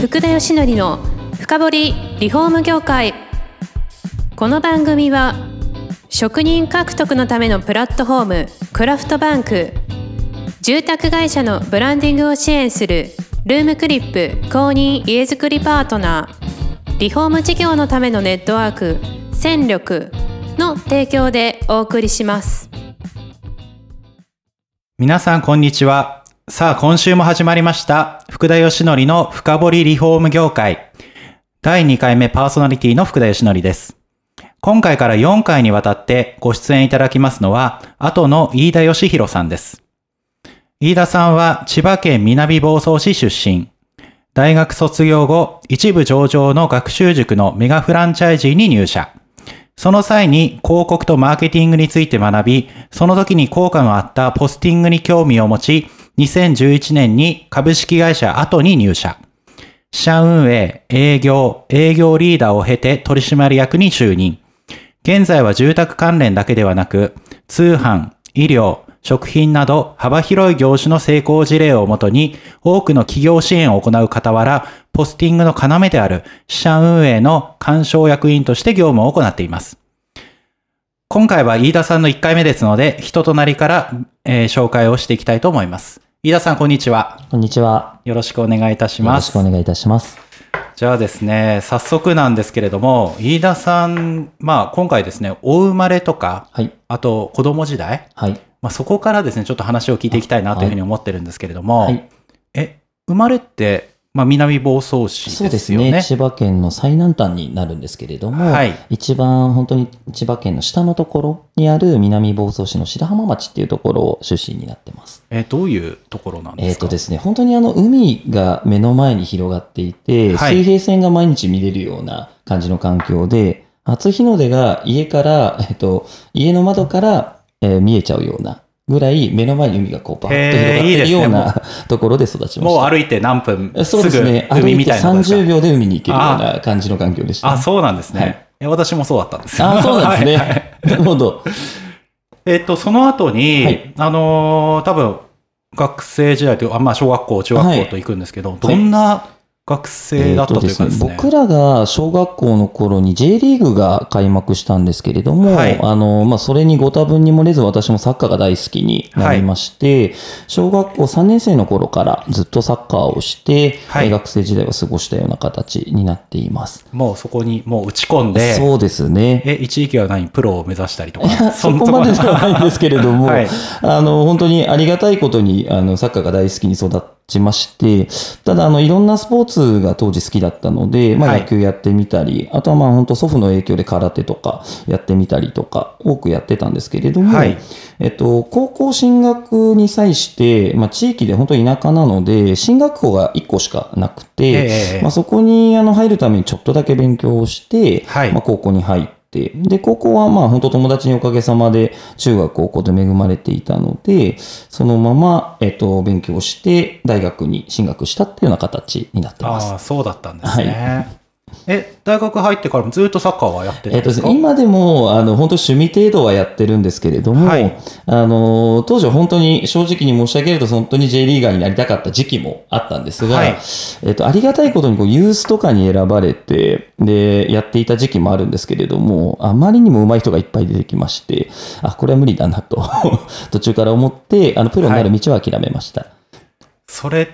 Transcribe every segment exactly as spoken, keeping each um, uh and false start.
福田義則の深掘りリフォーム業界。この番組は職人獲得のためのプラットフォームクラフトバンク、住宅会社のブランディングを支援するルームクリップ公認家づくりパートナー、リフォーム事業のためのネットワーク戦力の提供でお送りします。 皆さんこんにちは。さあ今週も始まりました福田義則の深掘りリフォーム業界。だいにかいめパーソナリティの福田義則です。今回からよんかいにわたってご出演いただきますのは後の飯田義弘さんです。飯田さんは千葉県南房総市出身。大学卒業後、一部上場の学習塾のメガフランチャイジーに入社。その際に広告とマーケティングについて学び、その時に効果のあったポスティングに興味を持ち、にせんじゅういちねんに株式会社アトに入社。社運営、営業、営業リーダーを経て取締役に就任。現在は住宅関連だけではなく、通販、医療、食品など幅広い業種の成功事例をもとに多くの企業支援を行う傍ら、ポスティングの要である社運営の鑑賞役員として業務を行っています。今回は飯田さんのいっかいめですので、人となりから、えー、紹介をしていきたいと思います。飯田さんこんにちは。 こんにちは。 よろしくお願いいたします。 よろしくお願いいたします。 じゃあですね、早速なんですけれども、飯田さん、まあ今回ですね、お生まれとか、はい、あと子供時代、はい、まあ、そこからですね、ちょっと話を聞いていきたいなというふうに思ってるんですけれども、はい、え、生まれって、まあ、南房総市ですよね。そうですね。 千葉県の最南端になるんですけれども、はい、一番本当に千葉県の下のところにある南房総市の白浜町っていうところ出身になってます。 え、どういうところなんですか？ えっとですね、本当にあの海が目の前に広がっていて、はい、水平線が毎日見れるような感じの環境で、初日の出が家から、えっと、家の窓から、えー、見えちゃうようなぐらい目の前に海がこうバーッと広がっているようなところで育ちました。 もう歩いて何分すぐ海みたいなところですか？ 歩いてさんじゅうびょうで海に行けるような感じの環境でした、ね。 あ、そうなんですね。はい、私もそうだったんですよ。 あ、そうなんですね。はいはい、なるほど。 えっと、その後に、はい、あのー、多分学生時代というか、まあ、小学校、中学校と行くんですけど、はい、どんな学生だったというかですね。 僕らが小学校の頃に J リーグが開幕したんですけれども、はい、あの、まあ、それにご多分に漏れず私もサッカーが大好きになりまして、はい、小学校さんねん生の頃からずっとサッカーをして、はい、学生時代を過ごしたような形になっています。 もうそこにもう打ち込んで。 そうですね。 え、一時期は何プロを目指したりとか。 いや、そこまでではないんですけれども、はい、あの、本当にありがたいことに、あの、サッカーが大好きに育って、しまして、ただあのいろんなスポーツが当時好きだったので、まあ、野球やってみたり、はい、あとはまあ本当祖父の影響で空手とかやってみたりとか多くやってたんですけれども、はい、えっと、高校進学に際して、まあ、地域で本当田舎なので進学校がいっこしかなくて、えーまあ、そこにあの入るためにちょっとだけ勉強をして、はい、まあ、高校に入ってで、高校はまあ本当友達におかげさまで中学高校で恵まれていたので、そのまま、えっと、勉強して大学に進学したっていうような形になってます。 ああ、そうだったんですね。はい、え、大学入ってからもずっとサッカーはやってたんですか？ えっと、今でも、あの、本当趣味程度はやってるんですけれども、はい、あの、当時は本当に正直に申し上げると、本当に J リーガーになりたかった時期もあったんですが、はい、えっと、ありがたいことにこうユースとかに選ばれて、で、やっていた時期もあるんですけれども、あまりにも上手い人がいっぱい出てきまして、あ、これは無理だなと、途中から思って、あの、プロになる道は諦めました。はい、 それって、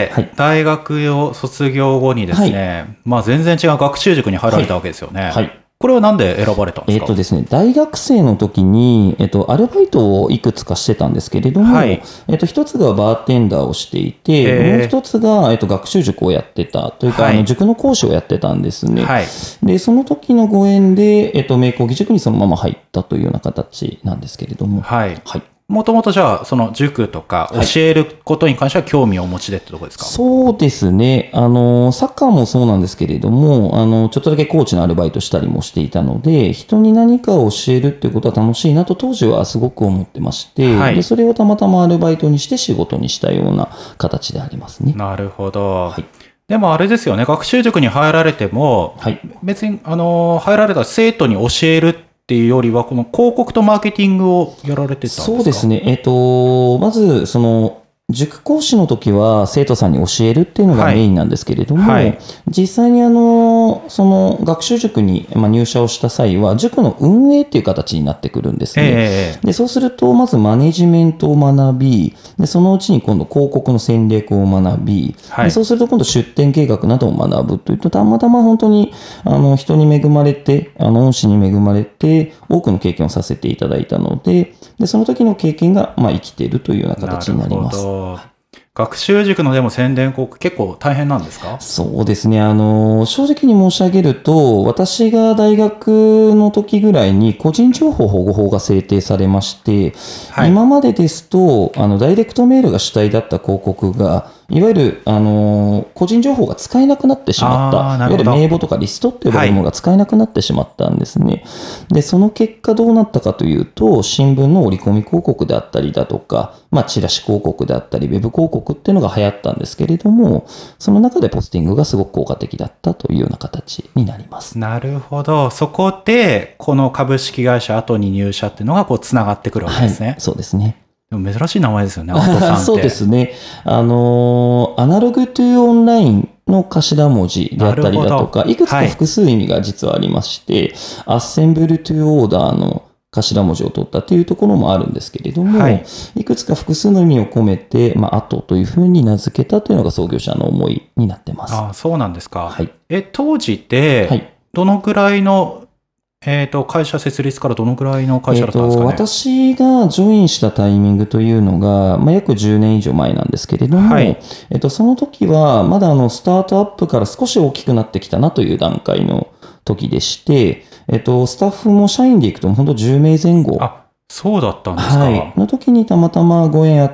大学を卒業後にですね、はい、まあ全然違う学習塾に入られたわけですよね。はいはい、これはなんで選ばれたんですか？ えっとですね、大学生の時に、えっと、アルバイトをいくつかしてたんですけれども、はい、えっと、一つがバーテンダーをしていて、もう一つが、えっと、学習塾をやってたというか、はい、あの塾の講師をやってたんですね。はい、で、その時のご縁で、えっと、明光義塾にそのまま入ったというような形なんですけれども。 はい。はい、もともとじゃあ、その塾とか教えることに関しては興味をお持ちでってとこですか？はい、 そうですね。あの、サッカーもそうなんですけれども、あの、ちょっとだけコーチのアルバイトしたりもしていたので、人に何かを教えるっていうことは楽しいなと当時はすごく思ってまして、はい、でそれをたまたまアルバイトにして仕事にしたような形でありますね。 なるほど。はい、でもあれですよね、学習塾に入られても、はい、別に、あの、入られた生徒に教えるっていうよりは、この広告とマーケティングをやられてたんですか？ そうですね。えっと、まず、その、 塾講師の時は生徒さんに教えるっていうのがメインなんですけれども、 はいはい、 実際にあのその学習塾に入社をした際は塾の運営っていう形になってくるんですね。 えー、 でそうするとまずマネジメントを学び、でそのうちに今度広告の戦略を学び、はい、でそうすると今度出店計画などを学ぶというと、たまたま本当にあの人に恵まれて、あの恩師に恵まれて多くの経験をさせていただいたので、でその時の経験がまあ生きているというような形になります。 学習塾のでも宣伝広告結構大変なんですか？ そうですね。あの、正直に申し上げると、私が大学の時ぐらいに個人情報保護法が制定されまして、はい、今までですと、あの、ダイレクトメールが主体だった広告が、いわゆる、あの、個人情報が使えなくなってしまった。いわゆる名簿とかリストって呼ばれるものが使えなくなってしまったんですね。はい、で、その結果どうなったかというと、新聞の折り込み広告であったりだとか、まあ、チラシ広告であったり、ウェブ広告っていうのが流行ったんですけれども、その中でポスティングがすごく効果的だったというような形になります。 なるほど。そこで、この株式会社後に入社っていうのがこうつながってくるわけですね。 はい、そうですね。 でも珍しい名前ですよね、後さんって。 そうですね。あの、アナログトゥオンラインの頭文字であったりだとか、いくつか複数意味が実はありまして、はい、アッセンブルトゥオーダーの頭文字を取ったというところもあるんですけれども、はい、いくつか複数の意味を込めて、まあ、後というふうに名付けたというのが創業者の思いになってます。 ああ、そうなんですか。 はい、 え、当時って、どのくらいの、えっと、会社設立からどのくらいの会社だったんですかね。 えーと、私がジョインしたタイミングというのが、まあ、約じゅうねん以上前なんですけれども、はい、えーと、その時はまだあのスタートアップから少し大きくなってきたなという段階の時でして、えーと、スタッフも社員でいくと本当じゅうめいぜん後。 あ、そうだったんですか。 はい。の時にたまたまご縁あって、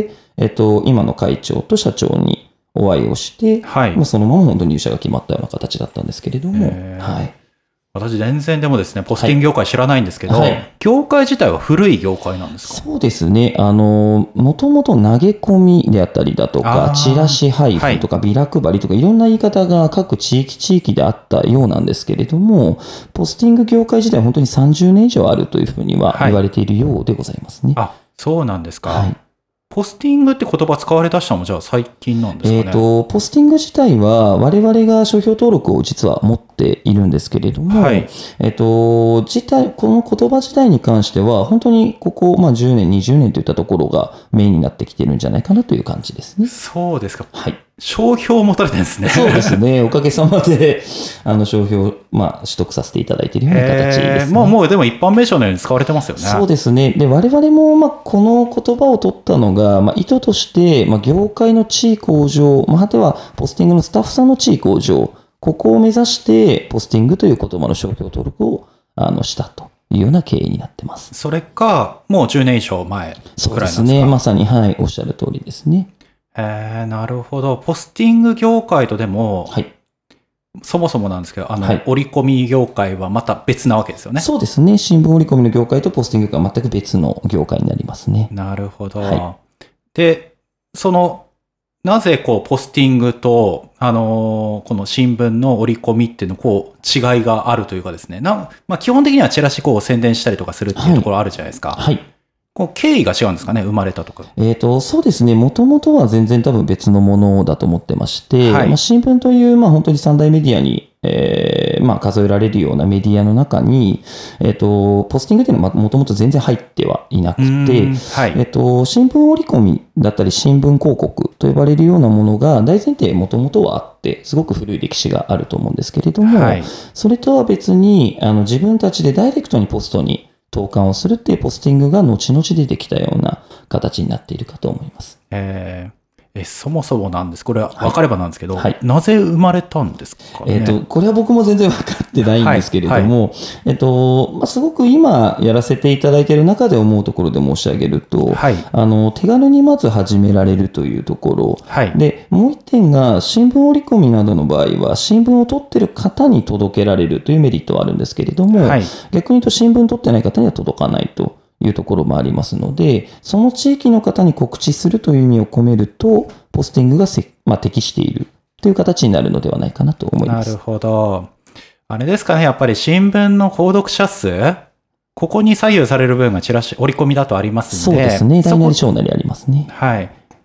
えーと、今の会長と社長にお会いをして、はい、もうそのまま本当に入社が決まったような形だったんですけれども、はい。 私全然でもですね、ポスティング業界知らないんですけど、はいはい、業界自体は古い業界なんですか？ そうですね。あの、もともと投げ込みであったりだとか、チラシ配布とか、ビラ配りとか、いろんな言い方が各地域地域であったようなんですけれども、ポスティング業界自体は本当にさんじゅうねん以上あるというふうには言われているようでございますね。 はい、あ、そうなんですか。 はい。 ポスティングって言葉使われ出したのもじゃあ最近なんですかね。 えっと、ポスティング自体は我々が商標登録を実は持っているんですけれども、はい、えっと、自体、この言葉自体に関しては本当にここ、まあ、じゅうねん、にじゅうねんといったところがメインになってきてるんじゃないかなという感じですね。 そうですか。 はい。 商標を持たれてるんですね。 そうですね。おかげさまで、あの、商標を、まあ、取得させていただいているような形ですね。 もう、もうでも一般名称のように使われてますよね。 そうですね。で、我々も、まあ、この言葉を取ったのが、まあ、意図として、まあ、業界の地位向上、まあ、果ては、ポスティングのスタッフさんの地位向上、ここを目指して、ポスティングという言葉の商標登録を、あの、したというような経緯になってます。 それか、もうじゅうねん以上前くらいなんですか？ そうですね。まさに、はい、おっしゃる通りですね。 えー、なるほど。ポスティング業界とでも、はい、そもそもなんですけど、あの、はい、折り込み業界はまた別なわけですよね。 そうですね。新聞折り込みの業界とポスティング業界は全く別の業界になりますね。 なるほど。はい、で、その、なぜこう、ポスティングと、あのー、この新聞の折り込みっていうの、こう、違いがあるというかですね。なまあ、基本的にはチラシこう宣伝したりとかするっていうところあるじゃないですか。 はい。はい、 こう経緯が違うんですかね、生まれたとか。 えっと、そうですね。もともとは全然多分別のものだと思ってまして、はい、まあ、新聞という、まあ本当に三大メディアに、えー、まあ数えられるようなメディアの中に、えっと、ポスティングっていうのはもともと全然入ってはいなくて、はい、えっと、新聞折り込みだったり新聞広告と呼ばれるようなものが大前提もともとはあって、すごく古い歴史があると思うんですけれども、はい、それとは別に、あの、自分たちでダイレクトにポストに投函をするっていうポスティングが後々出てきたような形になっているかと思います。 えーえそもそもなんです。これは分かればなんですけど、はいはい、なぜ生まれたんですかね。 えっと、これは僕も全然分かってないんですけれども、はいはい、えっと、まあ、すごく今やらせていただいている中で思うところで申し上げると、はい、あの、手軽にまず始められるというところ、はい、で、もう一点が新聞折り込みなどの場合は、新聞を取っている方に届けられるというメリットはあるんですけれども、はい、逆に言うと新聞取ってない方には届かないというところもありますので、その地域の方に告知するという意味を込めると、ポスティングがせ、まあ、適しているという形になるのではないかなと思います。 なるほど。あれですかね、やっぱり新聞の購読者数、ここに左右される分がチラシ、折り込みだとありますので。 そうですね。大なり小なりありますね。 はい。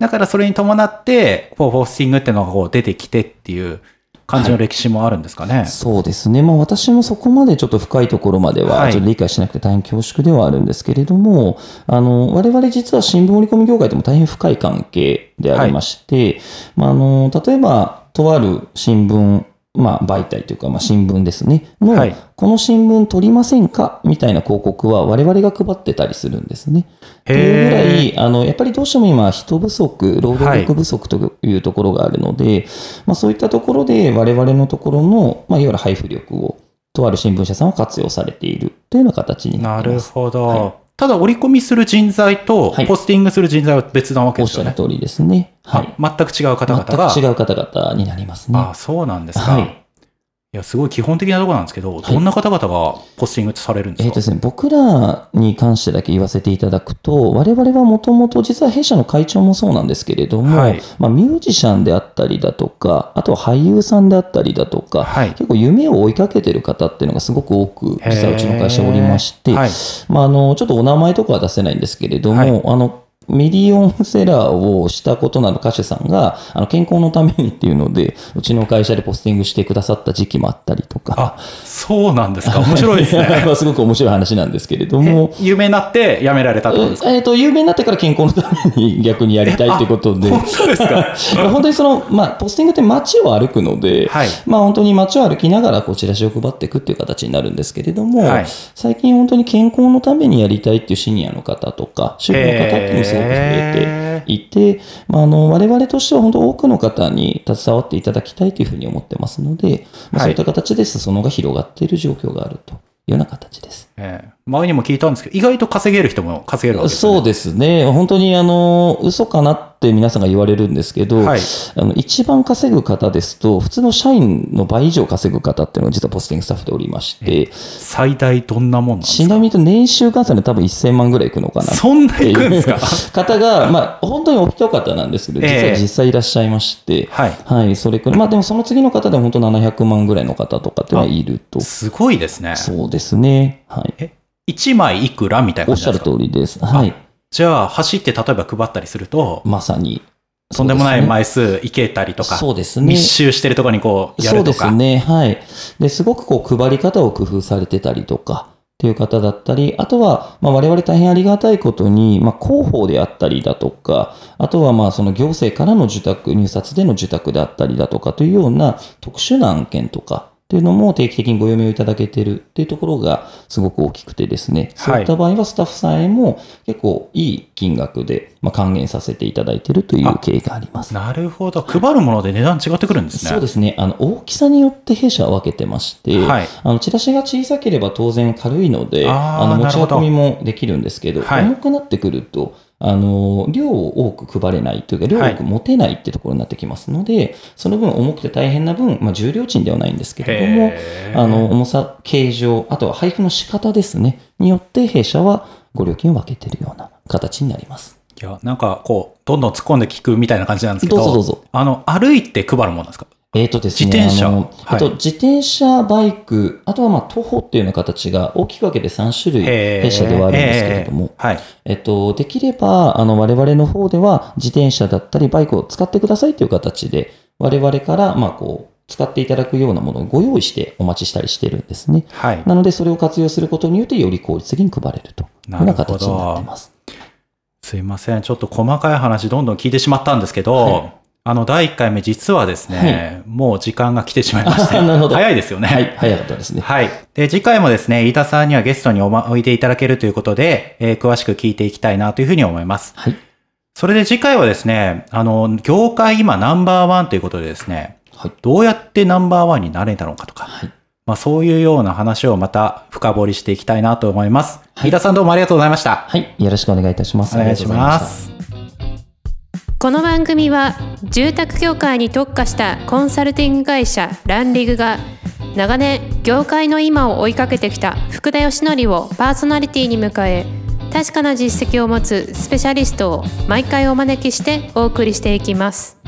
だからそれに伴ってポスティングっていうのがこう出てきてっていう感じの歴史もあるんですかね。 はい、そうですね。まあ私もそこまでちょっと深いところまではちょっと理解しなくて大変恐縮ではあるんですけれども、はい、あの我々実は新聞折り込み業界とも大変深い関係でありまして、はい、まあ、あの例えばとある新聞まあ、媒体というか、まあ、新聞ですねの、はい、この新聞取りませんかみたいな広告は我々が配ってたりするんですね。というぐらいあのやっぱりどうしても今人不足労働力不足というところがあるので、はい、まあ、そういったところで我々のところの、まあ、いわゆる配布力をとある新聞社さんは活用されているというような形になっています。 なるほど、はい、ただ折り込みする人材とポスティングする人材は別なわけですよね。 おっしゃる通りですね。はい、 全く違う方々が全く違う方々になりますね。 あ、そうなんですか。はい、いやすごい基本的なところなんですけど、 はい、 どんな方々がポスティングされるんですか。 えーとですね、僕らに関してだけ言わせていただくと、我々はもともと実は弊社の会長もそうなんですけれども、はい、まあ、ミュージシャンであったりだとか、あとは俳優さんであったりだとか、はい、結構夢を追いかけてる方っていうのがすごく多く実はうちの会社おりまして、はい、まあ、あのちょっとお名前とかは出せないんですけれども、はい、あのミリオンセラーをしたことのある歌手さんがあの健康のためにっていうのでうちの会社でポスティングしてくださった時期もあったりとか。 あ、そうなんですか。面白いですね。 すごく面白い話なんですけれども、 有名になって辞められたってことですか。 えーと、有名になってから健康のために逆にやりたいってことで。 本当ですか。 本当にその、まあ、ポスティングって街を歩くので、はい、まあ、本当に街を歩きながらこうチラシを配っていくっていう形になるんですけれども、はい、最近本当に健康のためにやりたいっていうシニアの方とか主婦の方っていうのもすごく増えていて、まあ、あの我々としては本当多くの方に携わっていただきたいというふうに思ってますので、まあ、そういった形で裾野が広がっている状況があるというような形です。 えー、前にも聞いたんですけど、意外と稼げる人も稼げるわけですね。 そうですね。本当にあの嘘かなって皆さんが言われるんですけど、はい、あの一番稼ぐ方ですと普通の社員の倍以上稼ぐ方っていうのが実はポスティングスタッフでおりまして、 最大どんなもんなんですか。 ちなみに言うと年収換算で多分せんまんぐらいいくのかな。 そんないくんですか。方が、まあ、本当にお一方なんですけど、実は実際いらっしゃいまして、えー、はい、はい、それくらい、まあでもその次の方で本当ななひゃくまんぐらいの方とかっていうのはいると。 すごいですね。 そうですね。はい。 え、いちまいいくらみたいな感じですか。 おっしゃる通りです。はい。 じゃあ走って例えば配ったりすると、 まさに。 とんでもない枚数いけたりとか、 そうですね。 密集してるところにこうやるとか。 そうですね。はい。で、すごくこう配り方を工夫されてたりとか、っていう方だったり、あとは、まあ我々大変ありがたいことに、まあ広報であったりだとか、あとはまあその行政からの受託、入札での受託であったりだとかというような特殊な案件とか、っていうのも定期的にご読みをいただけているっていうところがすごく大きくてですね、そういった場合はスタッフさんへも結構いい金額でまあ還元させていただいているという経緯があります。 なるほど。配るもので値段違ってくるんですね。 そうですね。あの大きさによって弊社は分けてまして、はい、あのチラシが小さければ当然軽いので、あの持ち運びもできるんですけど、はい、重くなってくると、あの量を多く配れないというか量を多く持てないっていうところになってきますので、はい、その分重くて大変な分、まあ、重量賃ではないんですけれども、あの重さ、形状、あとは配布の仕方ですねによって弊社はご料金を分けているような形になります。 いや、なんかこうどんどん突っ込んで聞くみたいな感じなんですけど、 どうぞどうぞ。 あの歩いて配るものなんですか。 えーとですね、 自転車、 あの、はい、と自転車、バイク、あとはまあ徒歩っていうような形が大きく分けてさん種類弊社ではあるんですけれども、はい、えっと、できればあの我々の方では自転車だったりバイクを使ってくださいという形で我々からまあこう使っていただくようなものをご用意してお待ちしたりしてるんですね。はい、なのでそれを活用することによってより効率的に配れるというような形になってます。 すいません、ちょっと細かい話どんどん聞いてしまったんですけど、はい、あのだいいっかいめ実はですね、はい、もう時間が来てしまいまして、なるほど、早いですよね。 はい、早かったですね。 はい。で、次回もですね、飯田さんにはゲストに お, ま、おいでいただけるということで、えー、詳しく聞いていきたいなというふうに思います。はい。それで次回はですね、あの、業界今ナンバーワンということでですね、はい、どうやってナンバーワンになれたのかとか、はい、まあそういうような話をまた深掘りしていきたいなと思います。はい、飯田さんどうもありがとうございました。 はい。よろしくお願いいたします。 お願いします。 この番組は住宅業界に特化したコンサルティング会社ランリグが長年業界の今を追いかけてきた福田義則をパーソナリティに迎え、確かな実績を持つスペシャリストを毎回お招きしてお送りしていきます。